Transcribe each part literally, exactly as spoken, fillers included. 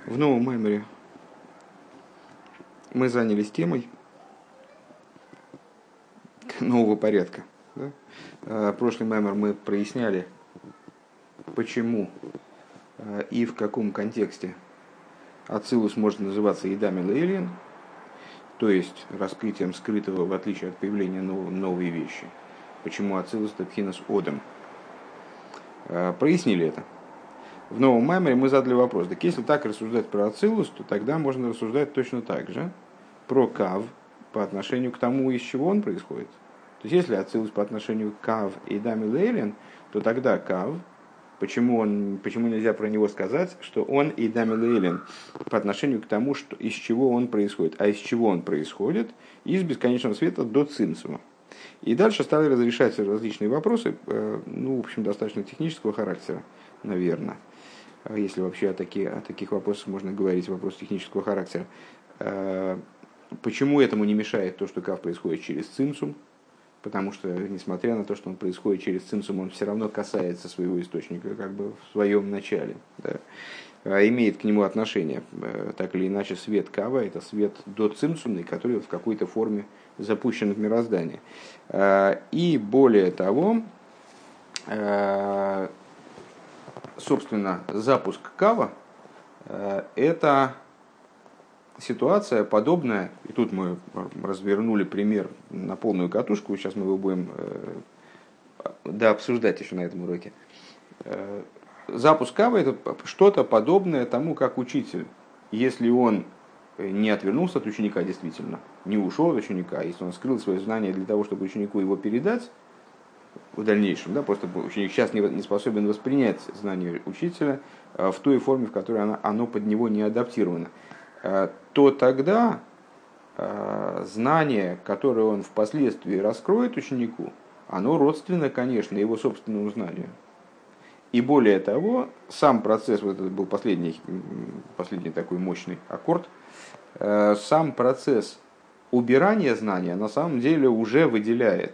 В новом маймере мы занялись темой нового порядка. Да? Прошлый маймер мы проясняли, почему и в каком контексте ацилус может называться едами лейлин, то есть раскрытием скрытого, в отличие от появления новой, новой вещи. Почему ацилус это пхинас одем. Прояснили это. В новом маймере мы задали вопрос, так если так рассуждать про ацилус, то тогда можно рассуждать точно так же про кав по отношению к тому, из чего он происходит. То есть если ацилус по отношению к кав и дами лейлин, то тогда кав, почему, он, почему нельзя про него сказать, что он и дами лейлин по отношению к тому, что, из чего он происходит. А из чего он происходит? Из бесконечного света до цимсума. И дальше стали разрешать различные вопросы, ну, в общем, достаточно технического характера, наверное. Если вообще о таких, о таких вопросах можно говорить, вопрос технического характера. Почему этому не мешает то, что кав происходит через цимсум? Потому что, несмотря на то, что он происходит через цимсум, он все равно касается своего источника как бы в своем начале. Да? Имеет к нему отношение. Так или иначе, свет кава – это свет доцимсумный, который в какой-то форме запущен в мироздание. И более того, собственно, запуск кава – это ситуация подобная, и тут мы развернули пример на полную катушку, сейчас мы его будем да, обсуждать еще на этом уроке. Запуск кава – это что-то подобное тому, как учитель, если он не отвернулся от ученика действительно, не ушел от ученика, если он скрыл свои знания для того, чтобы ученику его передать, в дальнейшем, да, просто ученик сейчас не, не способен воспринять знания учителя в той форме, в которой оно, оно под него не адаптировано, то тогда знание, которое он впоследствии раскроет ученику, оно родственно, конечно, его собственному знанию. И более того, сам процесс, вот это был последний, последний такой мощный аккорд, сам процесс убирания знания на самом деле уже выделяет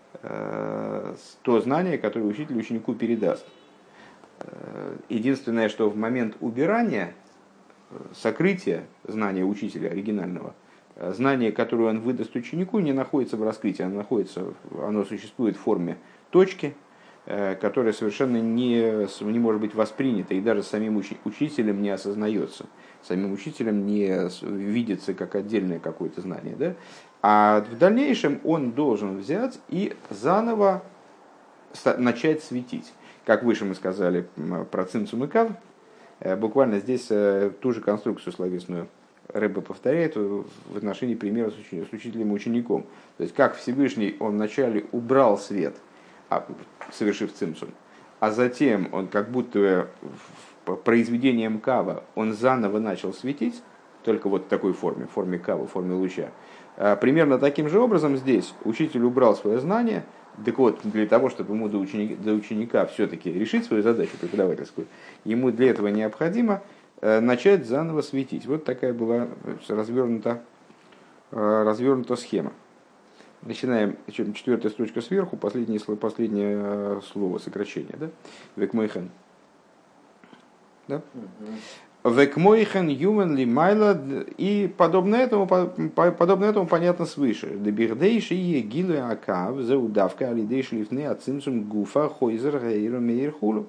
то знание, которое учитель ученику передаст. Единственное, что в момент убирания, сокрытия знания учителя оригинального, знание, которое он выдаст ученику, не находится в раскрытии, оно, находится, оно существует в форме точки, которая совершенно не, не может быть воспринята и даже самим учителем не осознается, самим учителем не видится как отдельное какое-то знание. Да? А в дальнейшем он должен взять и заново начать светить. Как выше мы сказали про цимсум и кав, буквально здесь ту же конструкцию словесную Ребе повторяет в отношении примера с учителем и учеником. То есть как Всевышний он вначале убрал свет, совершив цимсум, а затем он как будто произведением кава он заново начал светить, только вот в такой форме, в форме кава, в форме луча. Примерно таким же образом здесь учитель убрал свое знание, так вот, для того, чтобы ему до ученика, до ученика все-таки решить свою задачу преподавательскую, ему для этого необходимо начать заново светить. Вот такая была развернута, развернута схема. Начинаем, четвертая строчка сверху, последнее, последнее слово, сокращение. Да? Векмойхен. Да? Векмойхен юмен ли майла. И подобно этому, подобно этому понятно свыше. Дебирдейши е гилы акав заудавка алидейши лифны ацинцум гуфа хойзер гейру мейрхулу.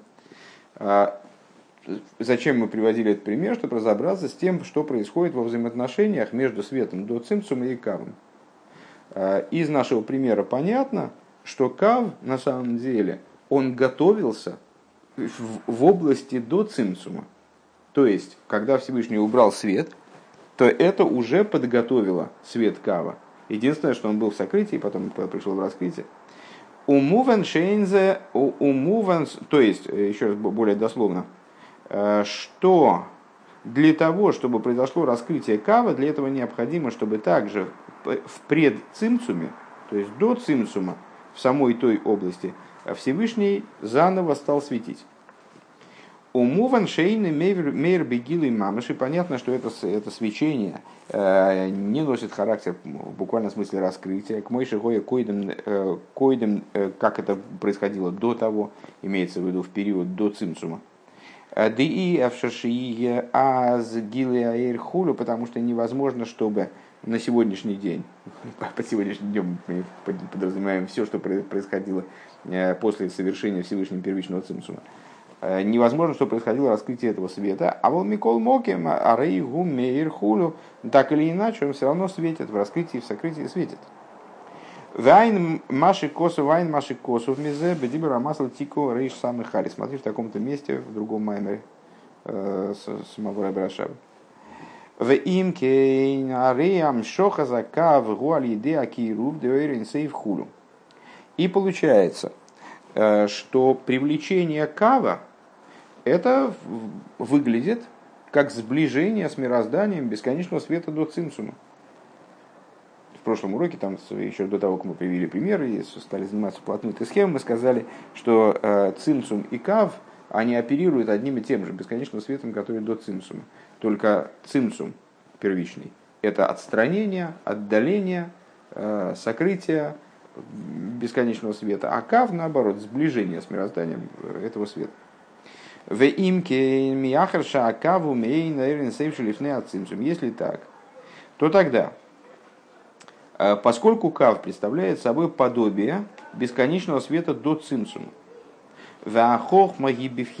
Зачем мы приводили этот пример? Чтобы разобраться с тем, что происходит во взаимоотношениях между светом до цимсума и кавом. Из нашего примера понятно, что кав на самом деле он готовился в, в области до цимсума. То есть, когда Всевышний убрал свет, то это уже подготовило свет кава. Единственное, что он был в сокрытии, потом пришел в раскрытие. Умуван шейнзе, умуван, то есть, еще раз более дословно, что для того, чтобы произошло раскрытие кава, для этого необходимо, чтобы также в предцимсуме, то есть до цимсума, в самой той области, Всевышний заново стал светить. Умуван шейны мейр бегилы мамыши. Понятно, что это, это свечение э, не носит характер в буквальном смысле раскрытия. К мойши гоя койдем, э, койдем э, как это происходило до того, имеется в виду в период до цимсума. Ди авшашие аз гилеаэр хулю, потому что невозможно, чтобы на сегодняшний день, по сегодняшнему дню мы подразумеваем все, что происходило после совершения Всевышнего первичного цимсума, невозможно, чтобы происходило раскрытие этого света. А вот Микол Мокем, Арей Гум Мейр Хулю, так или иначе, он все равно светит, в раскрытии, в сокрытии светит. Вайн маши косу, вайн маши косу в мизе, бедибера масла тико рейш самый хари. Смотри в таком-то месте, в другом маймере самого Ребе Рашаба. В имке ареям шоха закав гуалиде акирув деойрин сейв хулю. И получается, что привлечение кава это выглядит как сближение с мирозданием бесконечного света до цимсума. В прошлом уроке, там, еще до того, как мы привели примеры и стали заниматься вплотную этой схемой, мы сказали, что э, цимсум и кав, они оперируют одним и тем же бесконечным светом, который до цимсума. Только цимсум первичный – это отстранение, отдаление, э, сокрытие бесконечного света, а кав, наоборот, сближение с мирозданием этого света. В имке мияхарша каву мей наверное сейвшилифне от цимсум. Если так, то тогда, поскольку кав представляет собой подобие бесконечного света до цимсума, а хохма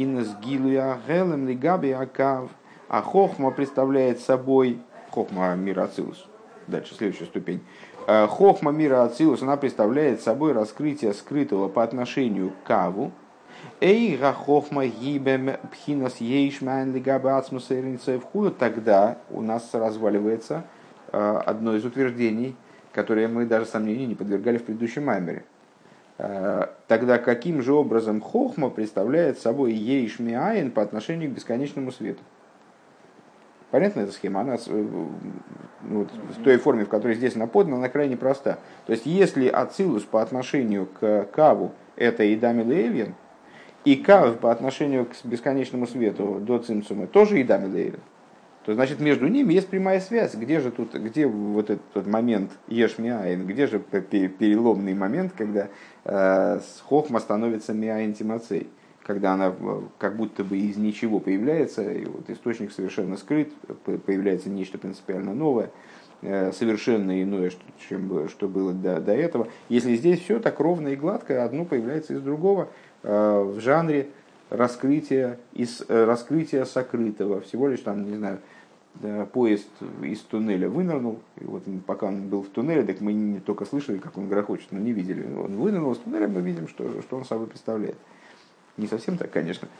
представляет собой хохма мира ацилус. Дальше следующая ступень. Хохма мира ацилус, она представляет собой раскрытие скрытого по отношению к каву. Эйга хохма гибем пхинас ейшмайн лигаба ацмуса иринцев худу. Тогда у нас разваливается одно из утверждений, которые мы даже сомнению не подвергали в предыдущем маймере. Тогда каким же образом хохма представляет собой ейш миаин по отношению к бесконечному свету? Понятна эта схема? Она ну, в той форме, в которой здесь она подана, она крайне проста. То есть, если ацилус по отношению к каву это идамил эльен, и кав по отношению к бесконечному свету до цимсума тоже идамил эльен, то значит между ними есть прямая связь. Где же тут, где вот этот момент еш миаин, где же переломный момент, когда э, хохма становится миаин тимацей, когда она как будто бы из ничего появляется, и вот источник совершенно скрыт, появляется нечто принципиально новое, э, совершенно иное, что, чем что было до, до этого. Если здесь все так ровно и гладко, одно появляется из другого э, в жанре раскрытия, из, э, раскрытия сокрытого, всего лишь там, не знаю, поезд из туннеля вынырнул, и вот пока он был в туннеле, так мы не только слышали, как он грохочет, но не видели. Он вынырнул из туннеля, мы видим, что, что он собой представляет. Не совсем так, конечно.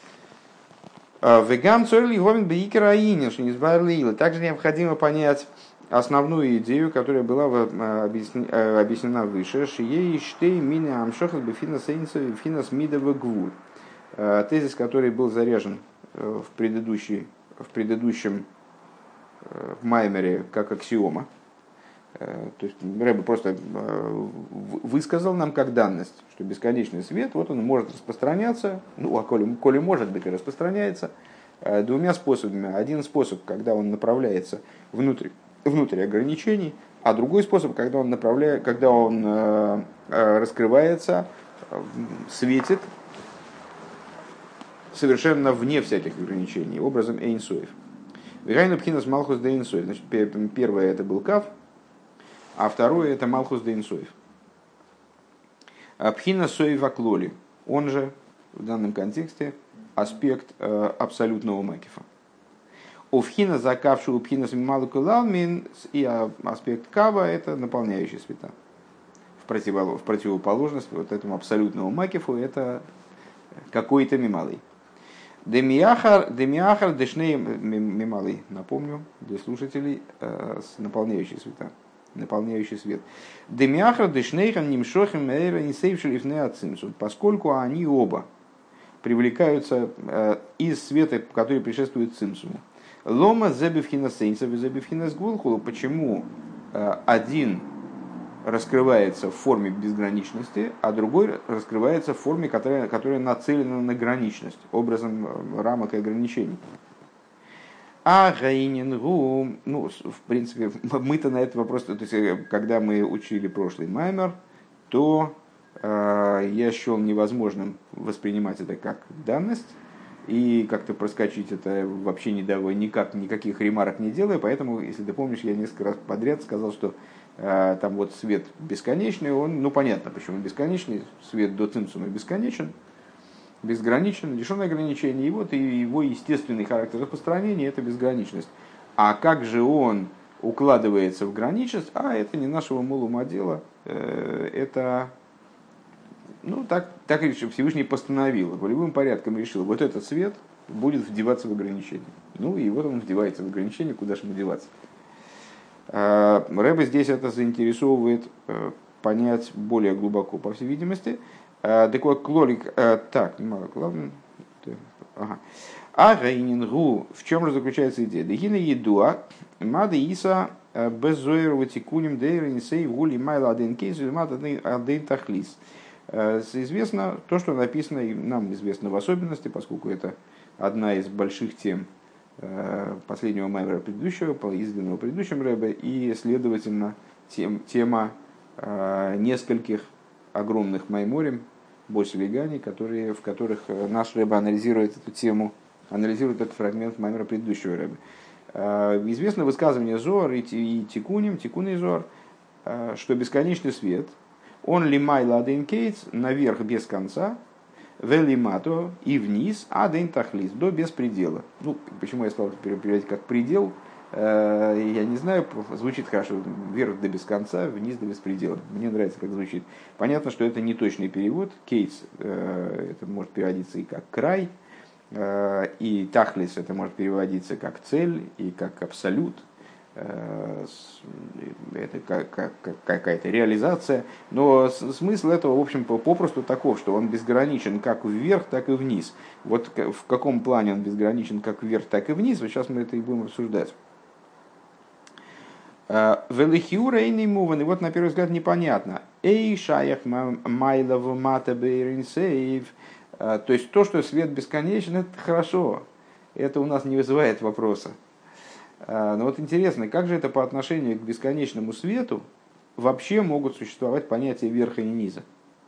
Вегам цорли говен бейкера аинин, что не избавили. Также необходимо понять основную идею, которая была объяснена выше. Шией штей мини амшохас бефинас эйнсов бефинас мидова гвуль. Тезис, который был заряжен в, предыдущий, в предыдущем в маймере как аксиома. То есть Рэбе просто высказал нам как данность, что бесконечный свет, вот он может распространяться, ну а коли, коли может быть и распространяется, двумя способами. Один способ, когда он направляется внутрь, внутрь ограничений, а другой способ, когда он, направляет, когда он раскрывается, светит совершенно вне всяких ограничений, образом эйнсоев. Вигайну пхинас малхус де эйнсоев. Значит, первое это был кав, а второе это малхус де эйнсоев. Пхина соев аклоли, он же в данном контексте аспект э, абсолютного макифа. У пхина закавший у пхина смималукулалмин и аспект кава это наполняющий света. В, противол, в противоположность вот этому абсолютному макифу это какой-то мималый. Демиахар, демиахар дешней мималый, напомню для слушателей, э, наполняющий света, наполняющий свет. Демиахар дешнейхан нимшохим эйра инсейвшилифне ацимсу, поскольку они оба привлекаются э, из света, который предшествует цимсуму. Лома зебивхина сейнсов и зебивхина сгулхулу. Почему э, один раскрывается в форме безграничности, а другой раскрывается в форме, которая, которая нацелена на граничность, образом рамок и ограничений. А гаинингу, ну, в принципе, мы-то на этот вопрос, то есть, когда мы учили прошлый маймер, то э, я счел невозможным воспринимать это как данность, и как-то проскочить это вообще не давай, никак, никаких ремарок не делая. Поэтому, если ты помнишь, я несколько раз подряд сказал, что э, там вот свет бесконечный, он, ну понятно, почему бесконечный, свет до цимсума бесконечен, безграничен, лишен ограничений, и вот и его естественный характер распространения – это безграничность. А как же он укладывается в граничность? А это не нашего мулума дела, э, это… Ну, так, так решил, Всевышний постановил, волевым порядком решил, вот этот свет будет вдеваться в ограничение. Ну, и вот он вдевается в ограничение, куда же ему деваться. Рэбе здесь это заинтересовывает понять более глубоко, по всей видимости. Так вот, клолик, так, немало, главное. Ага. Агайнингу, в чем же заключается идея? Дегина едуа, мада иса безоерова тикуним дейрин сей гули майла аден кейс, мада аден тахлис. Известно то, что написано, и нам известно в особенности, поскольку это одна из больших тем последнего маймера предыдущего, изданного предыдущим рэбе, и, следовательно, тем, тема нескольких огромных майморим, Боси Легани, которые, в которых наш рэбе анализирует эту тему, анализирует этот фрагмент маймера предыдущего рэбе. Известно высказывание Зоар и Тикуним, Тикун и Зоар, что бесконечный свет – он лимайла аден кейтс, наверх без конца, велимато и вниз, аден тахлис, до беспредела. Ну, почему я стал переводить как предел, я не знаю, звучит хорошо, вверх до без конца, вниз до беспредела. Мне нравится, как звучит. Понятно, что это не точный перевод. Кейтс, это может переводиться и как край, и тахлис, это может переводиться как цель и как абсолют. Это какая-то реализация, но смысл этого, в общем, попросту таков, что он безграничен как вверх, так и вниз. Вот в каком плане он безграничен как вверх, так и вниз, вот сейчас мы это и будем обсуждать. Велихиурейный муван, и вот на первый взгляд непонятно. Эй, шаях майлов мата бейринсейв. То есть то, что свет бесконечен, это хорошо. Это у нас не вызывает вопроса. Но вот интересно, как же это по отношению к бесконечному свету вообще могут существовать понятия верха и низа?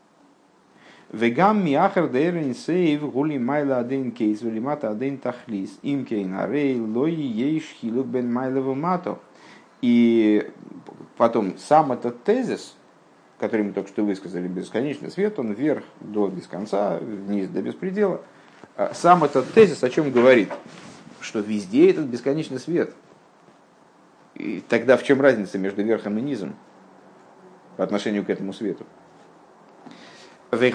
Вегам миахар дейрин сейв гули майла аден кейс велимата аден тахлис им кейна рей лои ейш хилук бен майлову мато. И потом сам этот тезис, который мы только что высказали, бесконечный свет, он вверх до без конца, вниз до беспредела. Сам этот тезис о чем говорит? Что везде этот бесконечный свет. И тогда в чем разница между верхом и низом по отношению к этому свету? И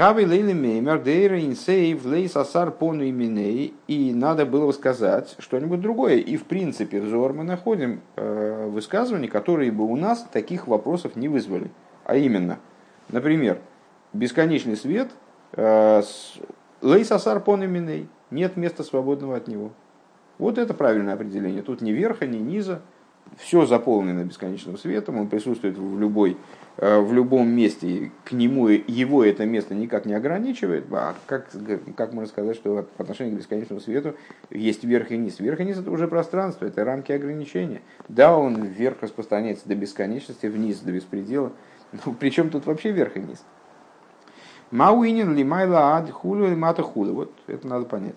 надо было сказать что-нибудь другое. И в принципе в Зоар мы находим высказывания, которые бы у нас таких вопросов не вызвали. А именно, например, бесконечный свет, лейс асар пон именей, нет места свободного от него. Вот это правильное определение. Тут ни верха, ни низа. Все заполнено бесконечным светом. Он присутствует в, любой, в любом месте. К нему его это место никак не ограничивает. А как, как можно сказать, что по отношению к бесконечному свету есть верх и низ? Верх и низ — это уже пространство, это рамки ограничения. Да, он вверх распространяется до бесконечности, вниз до беспредела. Но при чем тут вообще верх и низ? Мауинин лимайла ад хулу и мата хулу. Вот это надо понять.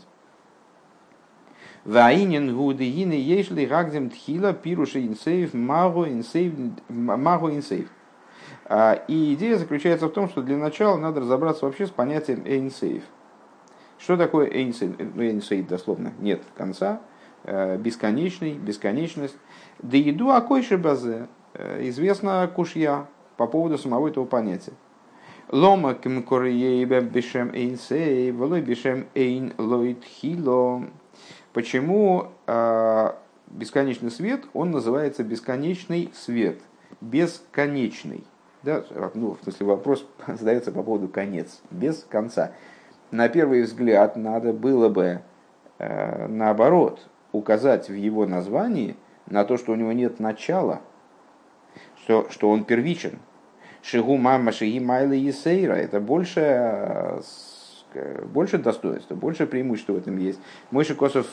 Ваинин гудегины ешли гагдем тхила пируша инсейв магу инсейв магу инсейв. И идея заключается в том, что для начала надо разобраться вообще с понятием эйнсейв. Что такое эйнсейв? Ну, эйнсейв дословно нет конца, бесконечный, бесконечность. Да еду акойши базе известна кушья по поводу самого этого понятия. Лома кимкорьеебе бишем эйнсейв, волой бишем эйн лоит хило. Почему э, бесконечный свет, он называется бесконечный свет, бесконечный. Да? Ну, в смысле, вопрос задается по поводу конец, без конца. На первый взгляд надо было бы, э, наоборот, указать в его названии на то, что у него нет начала, что, что он первичен. Шигу мама шиги майла есейра, это больше... Э, больше достоинства, больше преимущества в этом есть. Мойши Косов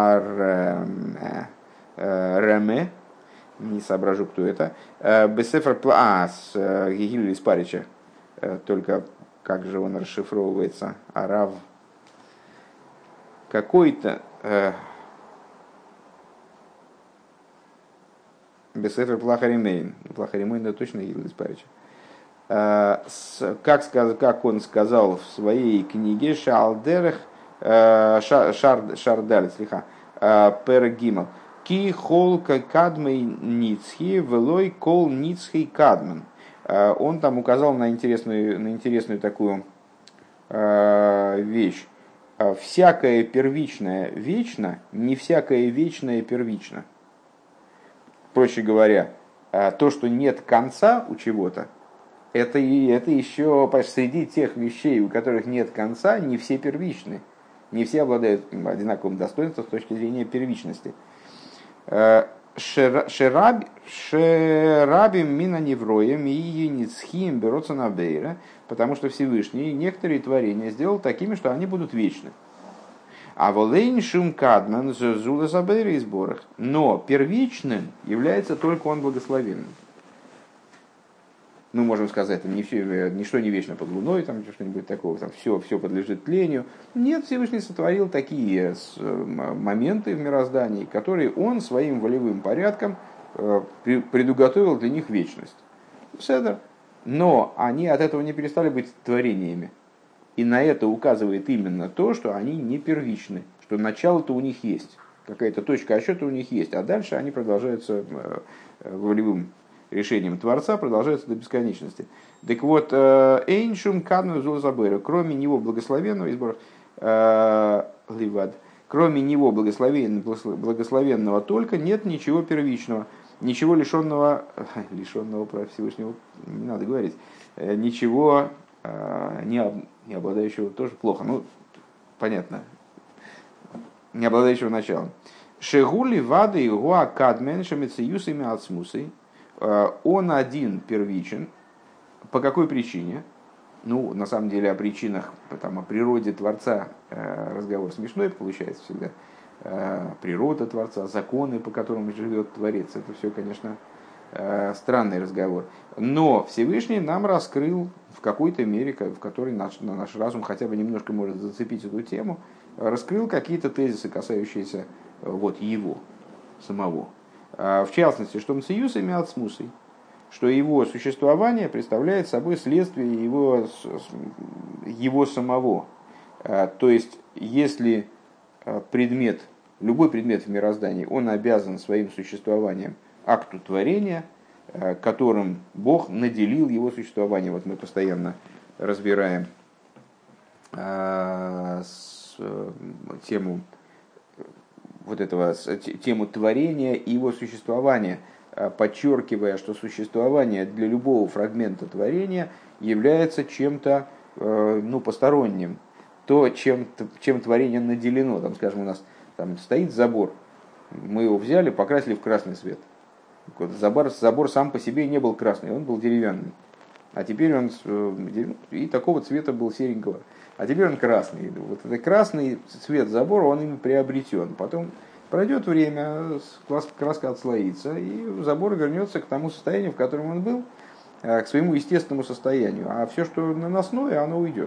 Реме, не соображу, кто это, Бесефер Плаас, Гигиль из Парича, только как же он расшифровывается, Арав, какой-то Бесефер Плахаримейн. Плахаримейн это точно Гилдис Парича. Как, как он сказал в своей книге Шалдерех Шардаль, слиха, Пергимал. Ки холка кадмей ницхи велой кол ницхи кадмен. Он там указал на интересную, на интересную такую вещь. Всякое первичное вечно, не всякое вечное первично. Проще говоря, то, что нет конца у чего-то, это, это еще среди тех вещей, у которых нет конца, не все первичны. Не все обладают одинаковым достоинством с точки зрения первичности. Шерабим мина невроем и еницхим берутся на бейра, потому что Всевышний некоторые творения сделал такими, что они будут вечны. А волейн шум кадман зула забейра и сборах. Но первичным является только он благословенным. Ну, можем сказать, там, не все, ничто не вечно под луной, там что-нибудь такого, там все, все подлежит тлению. Нет, Всевышний сотворил такие моменты в мироздании, которые он своим волевым порядком предуготовил для них вечность. Седер. Но они от этого не перестали быть творениями. И на это указывает именно то, что они не первичны, что начало-то у них есть, какая-то точка отсчета у них есть, а дальше они продолжаются волевым решением Творца, продолжаются до бесконечности. Так вот, Эйншум Кадну Зулзабера, кроме него благословенного избора, Ливад, кроме него благословенного, благословенного только нет ничего первичного, ничего лишенного, лишенного прав Всевышнего, не надо говорить, ничего не, не обладающего, тоже плохо, ну, понятно, не обладающего началом. Шегули вады гуа кадмен шамицеюсами ацмусой. Он один первичен. По какой причине? Ну, на самом деле, о причинах, там, о природе Творца разговор смешной получается всегда. Природа Творца, законы, по которым живет Творец, это все, конечно, странный разговор. Но Всевышний нам раскрыл в какой-то мере, в которой наш, наш разум хотя бы немножко может зацепить эту тему, раскрыл какие-то тезисы, касающиеся вот, его самого. В частности, что мциюс имя ацмусой, что его существование представляет собой следствие его, его самого. То есть, если предмет, любой предмет в мироздании, он обязан своим существованием акту творения, которым Бог наделил его существование. Вот мы постоянно разбираем тему вот этого, тему творения и его существования, подчеркивая, что существование для любого фрагмента творения является чем-то ну, посторонним, то, чем, чем творение наделено. Там, скажем, у нас там стоит забор, мы его взяли, покрасили в красный цвет. Забор, забор сам по себе не был красный, он был деревянный. А теперь он и такого цвета был серенького. А теперь он красный. Вот этот красный цвет забора, он им приобретен. Потом пройдет время, краска отслоится, и забор вернется к тому состоянию, в котором он был, к своему естественному состоянию. А все, что наносное, оно уйдет.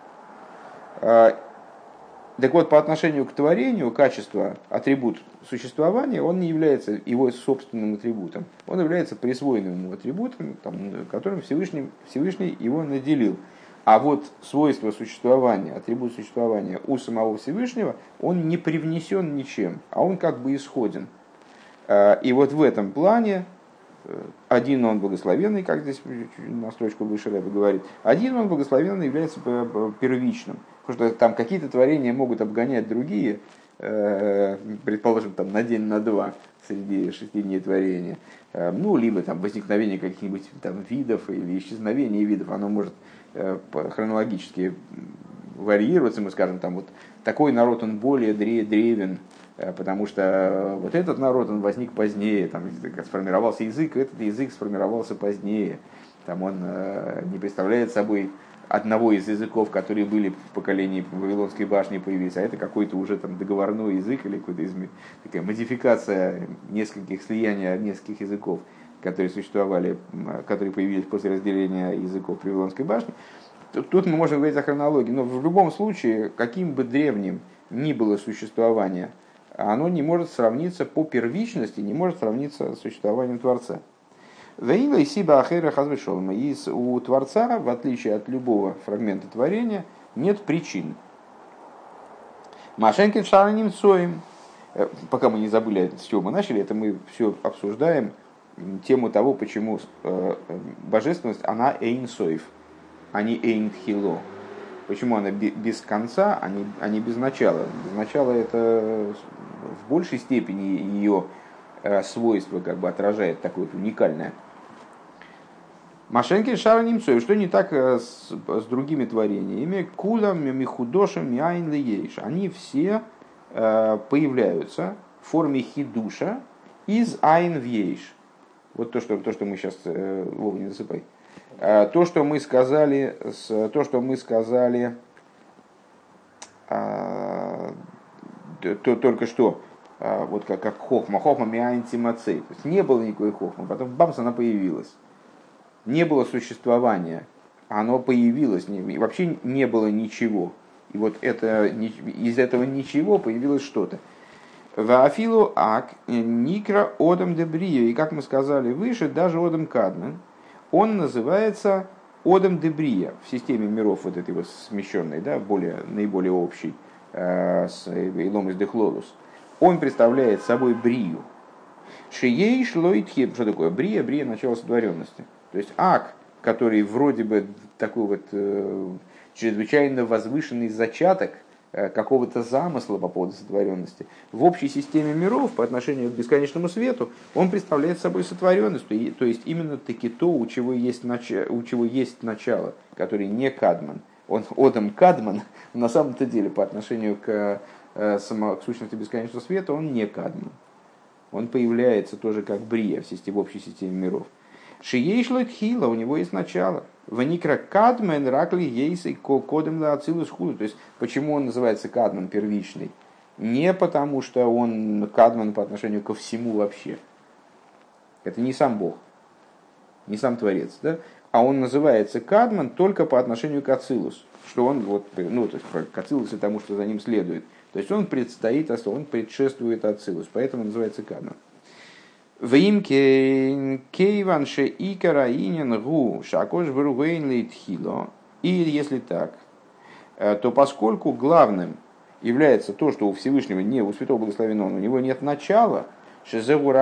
Так вот, по отношению к творению, качество, атрибут существования, он не является его собственным атрибутом. Он является присвоенным ему атрибутом, там, которым Всевышний, Всевышний его наделил. А вот свойство существования, атрибут существования у самого Всевышнего, он не привнесен ничем, а он как бы исходен. И вот в этом плане один он благословенный, как здесь на строчку выше Рэбе говорит, один он благословенный является первичным. Потому что там какие-то творения могут обгонять другие, предположим, там, на день, на два среди шести дней творения. Ну, либо там возникновение каких-нибудь там видов или исчезновение видов, оно может хронологически варьироваться. Мы скажем, там вот такой народ, он более древен, потому что вот этот народ, он возник позднее, там сформировался язык, этот язык сформировался позднее. Там он не представляет собой одного из языков, которые были в поколении Вавилонской башни появились, а это какой-то уже там договорной язык или какой-то изме... такая модификация нескольких слияния нескольких языков, которые существовали, которые появились после разделения языков Вавилонской башни. Тут мы можем говорить о хронологии, но в любом случае, каким бы древним ни было существования, оно не может сравниться по первичности, не может сравниться с существованием Творца. И у Творца, в отличие от любого фрагмента творения, нет причин. Машенкин шарним цоем. Пока мы не забыли, с чего мы начали, это мы все обсуждаем тему того, почему божественность, она эйн соев, а не эйн тхило. Почему она без конца, а не, а не без начала. Без начала это в большей степени ее свойство как бы отражает такое вот уникальное. Машенкин шара немцов, что не так с, с другими творениями, кулам, михудошем, мяйн лиейш. Они все э, появляются в форме хидуша из айн вейш. Вот то, что, то, что мы сейчас, э, Вова, не засыпай. Э, то, что мы сказали, с, то, что мы сказали э, то, только что, э, вот как, как хохма, хохма мяйн тимацей. То есть не было никакой хохмы, потом бамс, она появилась. Не было существования, оно появилось, вообще не было ничего. И вот это, из этого ничего появилось что-то. Ваафилу ак никра одам дебрия. И как мы сказали выше, даже одам кадмен, он называется одам дебрия в системе миров вот этой вот смещенной, да, более, наиболее общей, э, с Илом из Дехлолус. Он представляет собой брию. Шией шлоитхи. Что такое брия? Брия — начало сотворенности. То есть ак, который вроде бы такой вот э, чрезвычайно возвышенный зачаток э, какого-то замысла по поводу сотворенности, в общей системе миров по отношению к бесконечному свету, он представляет собой сотворенность, то, то есть именно таки то, у чего есть, нач... у чего есть начало, который не кадман. Он одам кадман, на самом-то деле по отношению к, э, само... к сущности бесконечного света он не кадман. Он появляется тоже как брия в, системе, в общей системе миров. Шиейшло тхила, у него есть начало. Ваникра кадмен ракли ейсей кодем ла ацилус худу. То есть, почему он называется кадмен первичный? Не потому, что он кадмен по отношению ко всему вообще. Это не сам Бог, не сам Творец, да? А он называется кадмен только по отношению к ацилус. Что он, вот, ну, то есть, к ацилус и тому, что за ним следует. То есть, он предстоит, он предшествует ацилус, поэтому называется кадмен. И если так, то поскольку главным является то, что у Всевышнего, не у Святого Благословенного, у него нет начала, что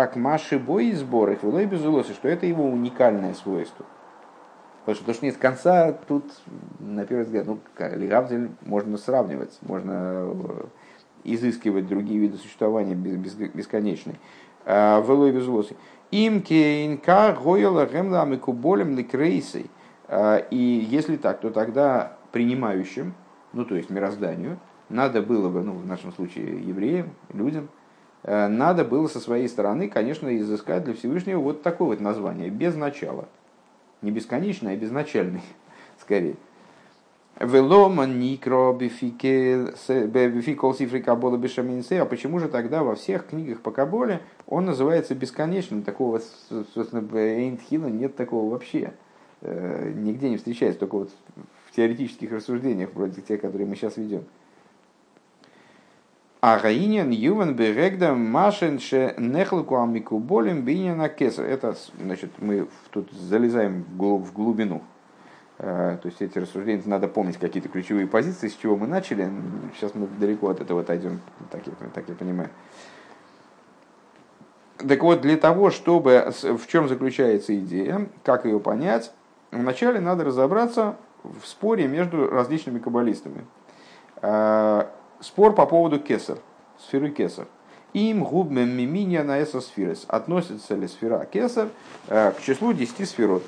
это его уникальное свойство. Потому что то, что нет конца, тут, на первый взгляд, ну, легавдель можно сравнивать, можно изыскивать другие виды существования бесконечной. Велой безлоси. Им кейнка гояла гемла микуболем ликрейсей. И если так, то тогда принимающим, ну то есть мирозданию, надо было бы, ну в нашем случае евреям, людям, надо было со своей стороны, конечно, изыскать для Всевышнего вот такое вот название, без начала. Не бесконечное, а безначальный, скорее. Веломан никро бификол сифри кабола бешаминсе. А почему же тогда во всех книгах по Каболе он называется бесконечным? Такого, собственно, эйнтхила нет такого вообще. Нигде не встречается, только вот в теоретических рассуждениях, вроде тех, которые мы сейчас ведем. А гаинен ювен берегда машенше нехлуку амикуболем бинена кесар. Это, значит, мы тут залезаем в глубину. То есть эти рассуждения, надо помнить какие-то ключевые позиции, с чего мы начали. Сейчас мы далеко от этого отойдем, так я, так я понимаю. Так вот, для того, чтобы... В чем заключается идея, как ее понять, вначале надо разобраться в споре между различными каббалистами. Спор по поводу кесар, сферы кесар. Им губмем миминия на эсосфирес. Относится ли сфера кесар к числу десяти сферот?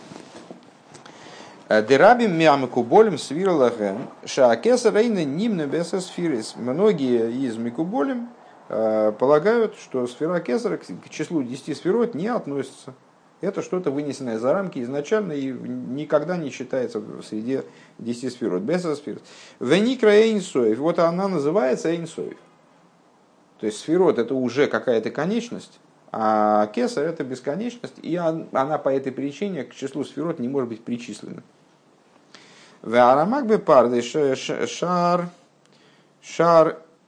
Дерабим миамикуболем свирлаген шаакеса рейна нимна бесасфирис. Многие из микуболем полагают, что сфера кесара к числу десяти сферот не относится. Это что-то вынесенное за рамки изначально и никогда не считается в среде десяти сферот. Бесасфирис. Веникра эйнсоев. Вот она называется эйнсоев. То есть сферот это уже какая-то конечность. А кесар это бесконечность, и она по этой причине к числу сферот не может быть причислена. В арамак бы парды шар шар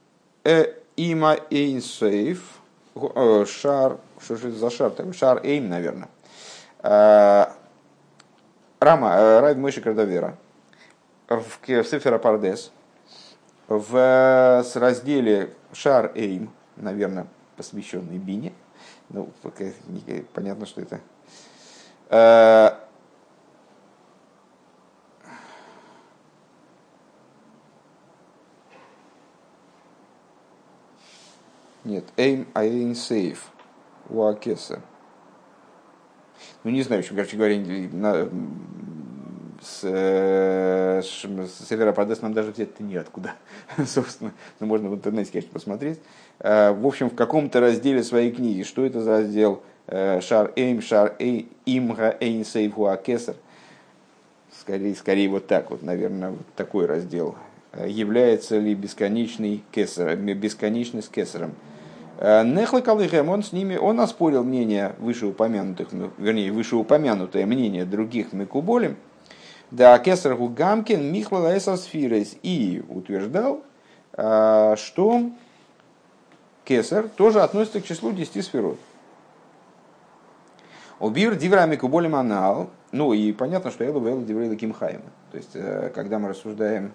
има эйнсейф, шар, что же это за шар? Шар эйм, наверное. Рама, Рав Мойше Кардавера в Сефер Пардес в разделе Шар Эйм, наверное, посвященный Бине. Ну, понятно, что это. Нет, Эйм Айн Сейф Уакеса. Ну, не знаю, еще, короче говоря, на, с, с Севера Падес нам даже взять-то неоткуда, собственно. Ну, можно в интернете, конечно, посмотреть. В общем, в каком-то разделе своей книги, что это за раздел Шар Эйм, Шар Имга Эйн Сейф Уакесар. Скорее, скорее вот так вот, наверное, вот такой раздел. Является ли бесконечный кесар, бесконечность кесаром? Нехлы Калыхэм, он с ними, он оспорил мнение вышеупомянутых, вернее, вышеупомянутое мнение других Мекуболем, да кесар Гугамкин Михла Эсасфирес, и утверждал, что кесар тоже относится к числу десяти сферот. Убир дивра Мекуболем анал, ну и понятно, что Элу Вэлу диврей Лаким Хаим. То есть, когда мы рассуждаем,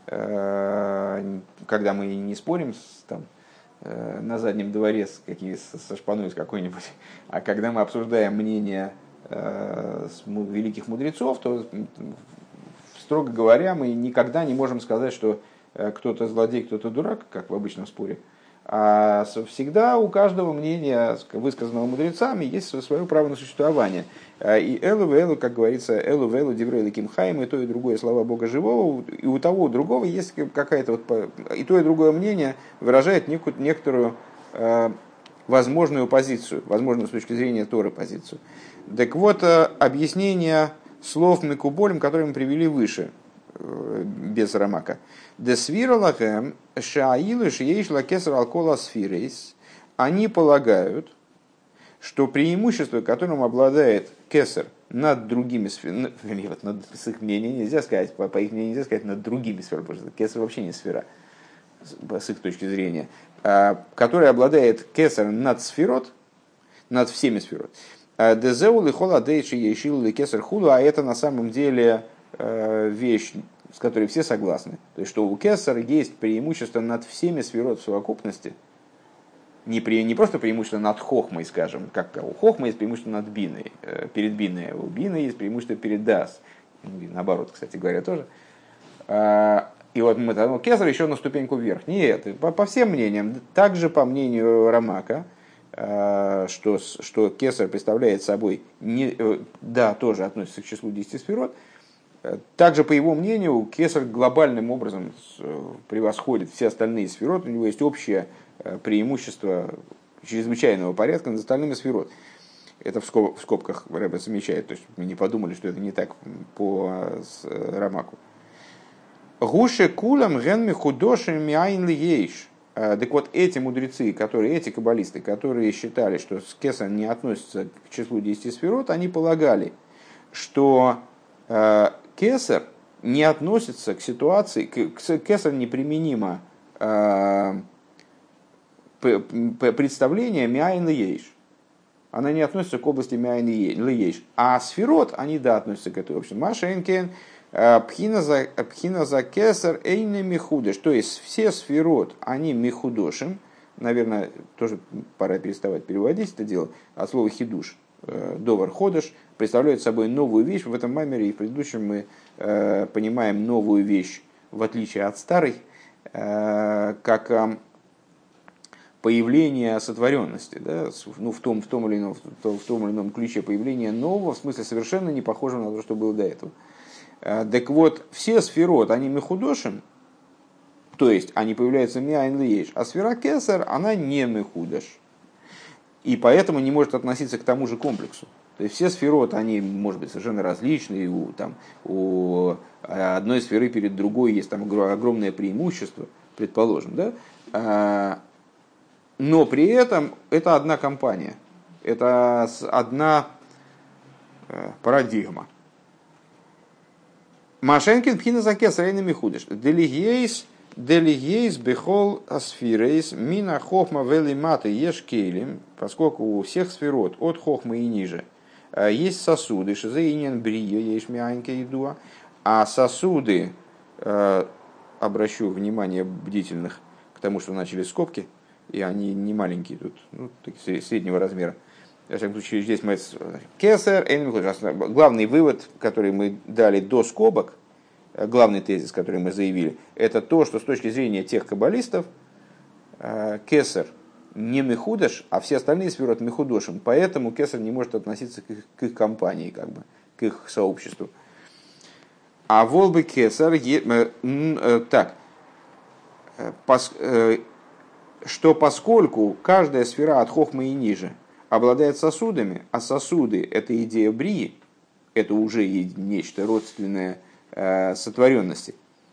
когда мы не спорим там, на заднем дворе с, какие, со шпаной с какой-нибудь, а когда мы обсуждаем мнение э, великих мудрецов, то, строго говоря, мы никогда не можем сказать, что кто-то злодей, кто-то дурак, как в обычном споре. А всегда у каждого мнения, высказанного мудрецами, есть свое право на существование. И элу элу, как говорится, элу элу диврей лаким хаим, и то и другое слова Бога живого, и у того, у другого есть какая-то вот, и то и другое мнение выражает некую, некоторую э, возможную позицию, возможную с точки зрения Торы позицию. Так вот, объяснение слов Мекуболем, которые мы привели выше, э, без Рамака. Десвира лахем шаилу шиеш лакесар алкола сфирейс. Они полагают, что преимущество, которым обладает кесар над другими сферами, вот над, с их мнением нельзя сказать, по, по их мнению нельзя сказать над другими сферами, потому что кесар вообще не сфера, с их точки зрения, который обладает кесар над сферот, над всеми сферот. Дезеул и хола дейши ешил ли кесар худу, а это на самом деле вещь, с которой все согласны. То есть, что у кесара есть преимущество над всеми сферот в совокупности. Не, при, не просто преимущество над хохмой, скажем, как у хохмы есть преимущество над биной, э, перед биной, у бины есть преимущество перед дас. Наоборот, кстати говоря, тоже. А, и вот мы там, кесар еще на ступеньку вверх. Нет, по, по всем мнениям, также по мнению Рамака, а, что, что кесар представляет собой, не, да, тоже относится к числу десяти сферот. Также, по его мнению, кесар глобальным образом превосходит все остальные сферот, у него есть общее преимущество чрезвычайного порядка над остальными сферот. Это в скобках Рэбе замечает, то есть мы не подумали, что это не так по Рамаку. Гуше кулам генми худошим миайн лиейш. Так вот, эти мудрецы, которые, эти каббалисты, которые считали, что кесар не относится к числу десяти сферот, они полагали, что кесар не относится к ситуации, к кесар неприменимо представление миайн лиейш. Она не относится к области миайн лиейш. А сферот, они, да, относятся к этой области. Машенкен, пхина за кесар эйне михудеш. То есть все сферот, они михудошим. Наверное, тоже пора переставать переводить это дело. От слова хидуш, довар ходыш, представляют собой новую вещь. В этом маймере и в предыдущем мы понимаем новую вещь, в отличие от старой, как появление сотворенности, да, ну, в, том, в, том или ином, в том или ином ключе появление нового, в смысле совершенно не похожего на то, что было до этого. Так вот, все сферот, они мехудошим, то есть они появляются миайн лиейш, а сфера кесар, она не мехудош. И поэтому не может относиться к тому же комплексу. То есть все сферот, они, может быть, совершенно различные, у, там, у одной сферы перед другой есть там огромное преимущество, предположим, да? Но при этом это одна компания, это одна парадигма. Машенкин пхина за кесар эйне михудеш. Делигейс Делиейс бехол асфирейс мина хохма велиматы еш кейлим, поскольку у всех сферот от хохмы и ниже есть сосуды, шизеинен брия, еш мианька идуа, а сосуды, обращу внимание бдительных к тому, что начали скобки, и они не маленькие тут, ну, среднего размера. В всяком случае, здесь мы кесар, главный вывод, который мы дали до скобок, главный тезис, который мы заявили, это то, что с точки зрения тех каббалистов кесар не мехудаш, а все остальные сферот мехудошим, поэтому кесар не может относиться к их, к их компании, как бы, к их сообществу. А волбы кесар, так, что поскольку каждая сфера от хохмы и ниже обладает сосудами, а сосуды – это идея брии, это уже нечто родственное э, сотворенности.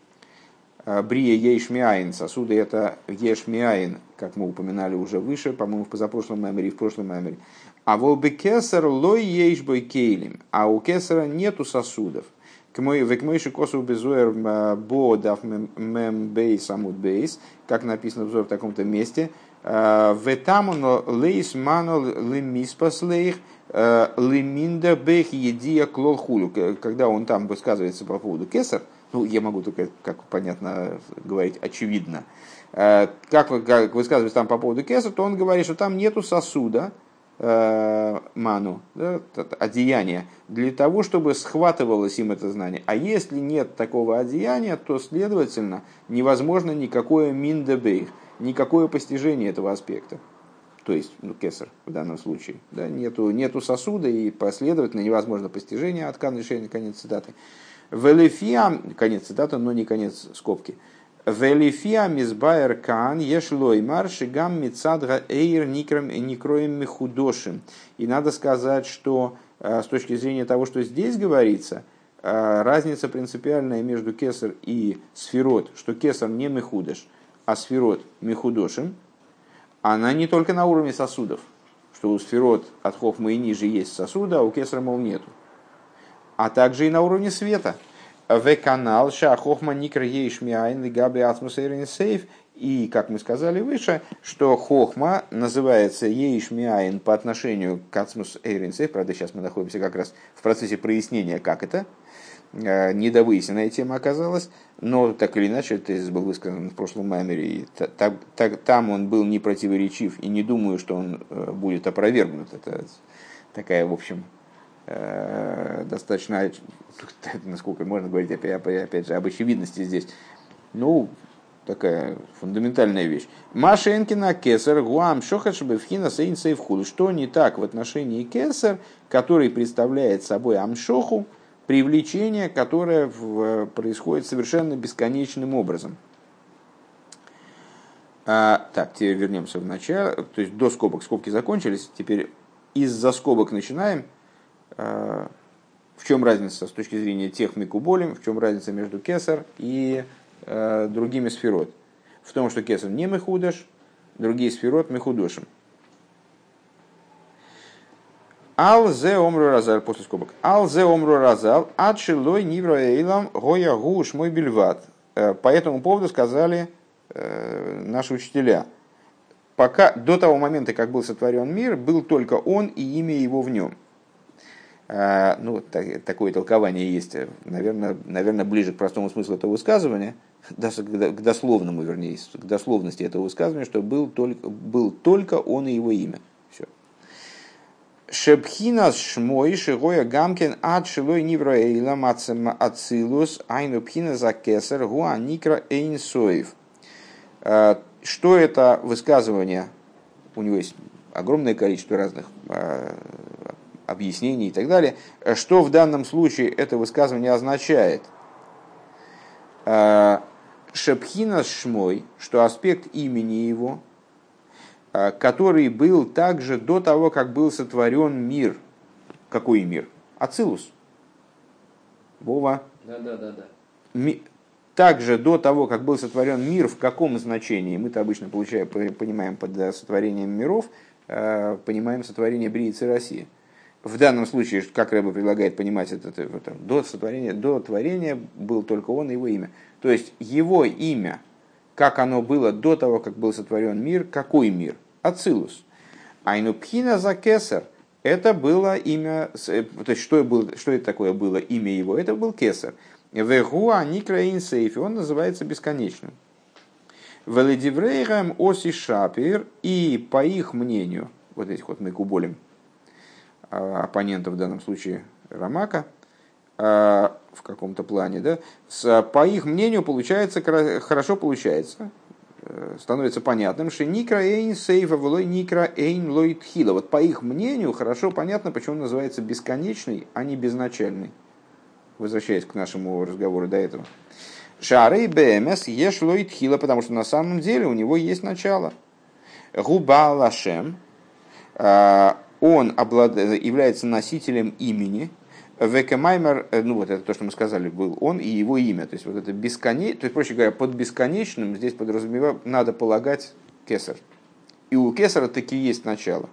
Брия ейшмиаин, сосуды – это ейшмиаин, как мы упоминали уже выше, по-моему, в позапрошлом меморе и в прошлом меморе. А волбы кесар лой ейшбой кейлим, а у кесара нету сосудов. К мойши косу безуэр бо дав мем бейс амуд бейс, как написано в таком-то месте, «Ветамуно лейс мано лемиспас лейх леминда бейх едия клол хулю». Когда он там высказывается по поводу кесар, ну, я могу только, как понятно, говорить очевидно, как, как высказывается там по поводу кесар, то он говорит, что там нету сосуда, ману, да, одеяния, для того, чтобы схватывалось им это знание. А если нет такого одеяния, то, следовательно, невозможно никакое миндебейх, никакое постижение этого аспекта. То есть, ну, кесар в данном случае. Да, нету, нету сосуда, и, последовательно, невозможно постижение от кан решения, конец цитаты. Велифиа, конец цитаты, но не конец скобки. Велифиа мизбайер кан ешлой марши гам мицадга эйр никром никроем михудошим. И надо сказать, что с точки зрения того, что здесь говорится, разница принципиальная между кесар и сферот, что кесар не михудош, а сферот михудошим, она не только на уровне сосудов, что у сферот от хохмы и ниже есть сосуда, а у кесара, мол, нету, а также и на уровне света. В канал ша хохма никр ейшмиайн лигаби ацмус эйрин сейф. И, как мы сказали выше, что хохма называется ейшмиайн по отношению к ацмус эйрин сейф. Правда, сейчас мы находимся как раз в процессе прояснения, как это. Недовыясненная тема оказалась, но так или иначе, это был высказан в прошлом маймере, и та, та, там он был не противоречив, и не думаю, что он будет опровергнут. Это такая, в общем, достаточно, насколько можно говорить, опять, опять же, об очевидности здесь, ну, такая фундаментальная вещь. Машенкина кесар гуам шохашбевхина сейн сейвхуд. Что не так в отношении кесар, который представляет собой амшоху, привлечение, которое в, происходит совершенно бесконечным образом. А, так, теперь вернемся в начало. То есть до скобок, скобки закончились. Теперь из-за скобок начинаем. А, в чем разница с точки зрения тех микуболем, в чем разница между кесар и а, другими сферот? В том, что кесар не мехудаш, другие сферот мехудошим. Ал зе омру разал, после скобок. Ал зе омру разал, адшилой нивро эйлам гоя гуш мой бельват. По этому поводу сказали э, наши учителя. Пока, до того момента, как был сотворен мир, был только он и имя его в нем. Э, ну, так, такое толкование есть, наверное, наверное, ближе к простому смыслу этого высказывания, даже к дословному, вернее, к дословности этого высказывания, что был только, был только он и его имя. Шепхинас шмой шигоя гамкин ад шилой нивро эйлам ацилус айну пхина за кесар гуа никра эйн соев. Что это высказывание? У него есть огромное количество разных объяснений и так далее. Что в данном случае это высказывание означает? Шепхинас шмой, что аспект имени его, который был также до того, как был сотворен мир. Какой мир? Ацилус. Вова. Да, да, да, да. Ми... Также до того, как был сотворен мир, в каком значении? Мы-то обычно получаем, понимаем под сотворением миров, понимаем сотворение Бриицы России. В данном случае, как Рэбе предлагает понимать это, это, до сотворения, до творения был только он и его имя. То есть его имя как оно было до того, как был сотворен мир. Какой мир? Ацилус. Айну пхина за кесар. Это было имя, то есть что, было, что это такое было имя его? Это был кесар. Вегуа никраин сейфи, он называется бесконечным. Веледиврейгам оси шапир, и по их мнению, вот этих вот мекуболем, оппонентов в данном случае Рамака, в каком-то плане, да, по их мнению получается, хорошо получается, становится понятным, что никра эйн сейфа влой никра эйн лойт хила. Вот по их мнению хорошо понятно, почему он называется бесконечный, а не безначальный. Возвращаясь к нашему разговору до этого. Шарей бэмэс еш лойт хила, потому что на самом деле у него есть начало. Губа лашем, он облад... является носителем имени. Векемаймер, ну вот это то, что мы сказали, был он и его имя. То есть вот это бесконечное, то есть, проще говоря, под бесконечным здесь подразумеваю, надо полагать кесар. И у кесара таки есть начало.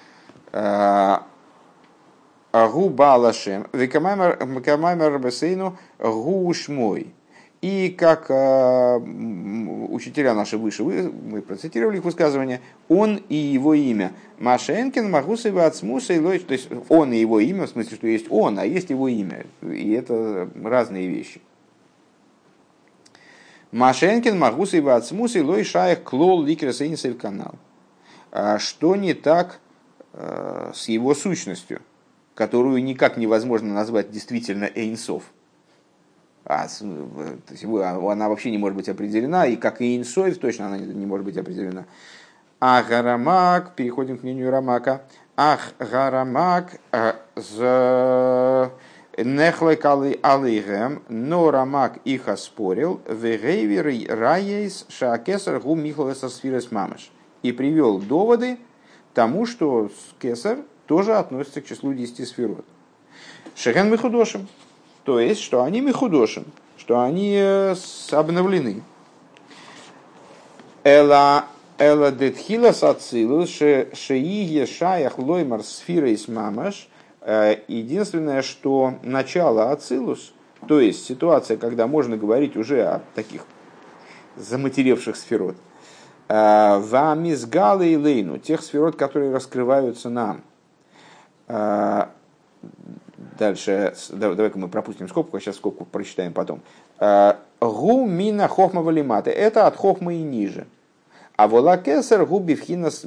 Гу балашем, векемаймер бесейну гу шмой. И как э, учителя наши выше, мы процитировали их высказывание, он и его имя. Машенкин, Магусева, Ацмуса и Лойч. То есть он и его имя, в смысле, что есть он, а есть его имя. И это разные вещи. Машенкин, Магусева, Ацмуса и Лойч Шаях Клол Ликресейнсель канал. Что не так э, с его сущностью, которую никак невозможно назвать действительно Эйнсов. А, то есть она вообще не может быть определена, и как и инсоев точно она не может быть определена. Ах, Гарамак, переходим к мнению Рамака. Ах, Гарамак, нехлекалы алейгем, но Рамак их оспорил, вегейвер раейс шаакесар гу михлеса сфирес мамаш. И привел доводы тому, что кесар тоже относится к числу десяти сферот. Шеген михудошим. То есть, что они михудошим, что они обновлены. Эла эла детхила сацилус шеие шаях лоймар сфирейс мамаш. Единственное, что начало ацилус, то есть ситуация, когда можно говорить уже о таких заматеревших сферот. Вамизгалы и лейну, тех сферот, которые раскрываются нам. Дальше, давай-ка мы пропустим скобку, а сейчас скобку прочитаем потом. Гу мина хохма валиматы. Это от хохмы и ниже. А вола кесар гу бифхинас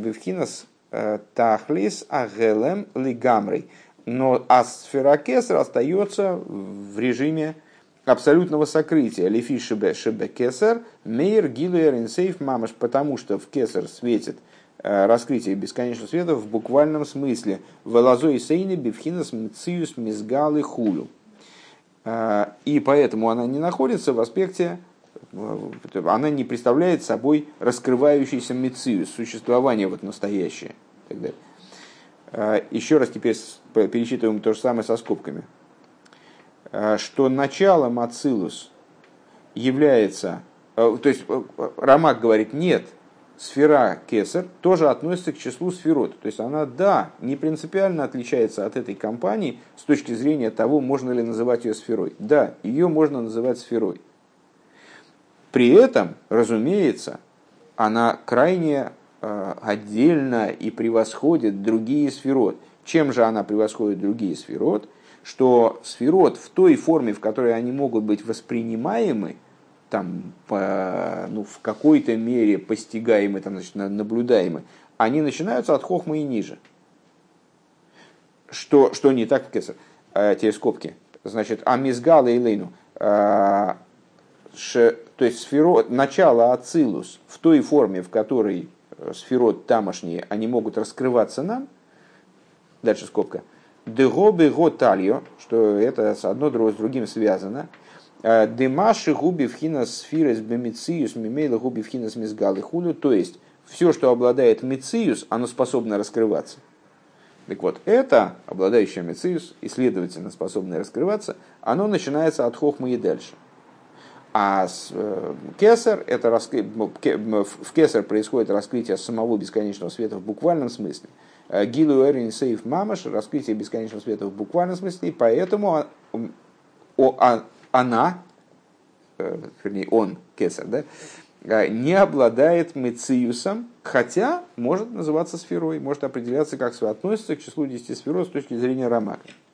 тахлис агелем лигамрей. Но а сфера кесар остается в режиме абсолютного сокрытия. Лифи шебе шебе кесар мейр гилуэр инсейф мамаш. Потому что в кесар светит раскрытие бесконечного света в буквальном смысле. Велазой сейны бифхинас мциюс мизгалы хулю. И поэтому она не находится в аспекте, она не представляет собой раскрывающийся мциюс, существование вот настоящее. И так далее. Еще раз теперь перечитываем то же самое со скобками. Что началом ацилус является, то есть Рамак говорит, нет, сфера кесар тоже относится к числу сферот. То есть она, да, не принципиально отличается от этой компании с точки зрения того, можно ли называть ее сферой. Да, ее можно называть сферой. При этом, разумеется, она крайне э, отдельно и превосходит другие сферот. Чем же она превосходит другие сферот? Что сферот в той форме, в которой они могут быть воспринимаемы, там, по, ну, в какой-то мере постигаемы, там, значит, наблюдаемы, они начинаются от хохмы и ниже. Что, что не так в кесар? А, те скобки. Значит, амизгала и лейну. А, ш, то есть сферот, начало ацилус в той форме, в которой сферот тамошние, они могут раскрываться нам. Дальше скобка. Дегобе готальо, что это одно с другим связано. Демаши губи вхинас сфирес бемициус мимейла губи вхинас мизгалы хулю. То есть, все, что обладает мициус, оно способно раскрываться. Так вот, это, обладающее мициус, и, следовательно, способное раскрываться, оно начинается от хохмы и дальше. А с, э, кесар, это раскры... в кесар происходит раскрытие самого бесконечного света в буквальном смысле. Гилу эрин сейф мамаш, раскрытие бесконечного света в буквальном смысле, и поэтому о, о, она, э, вернее, он, кесар, да, не обладает мециусом, хотя может называться сферой, может определяться как соотносится к числу десяти сферот с точки зрения Рамака.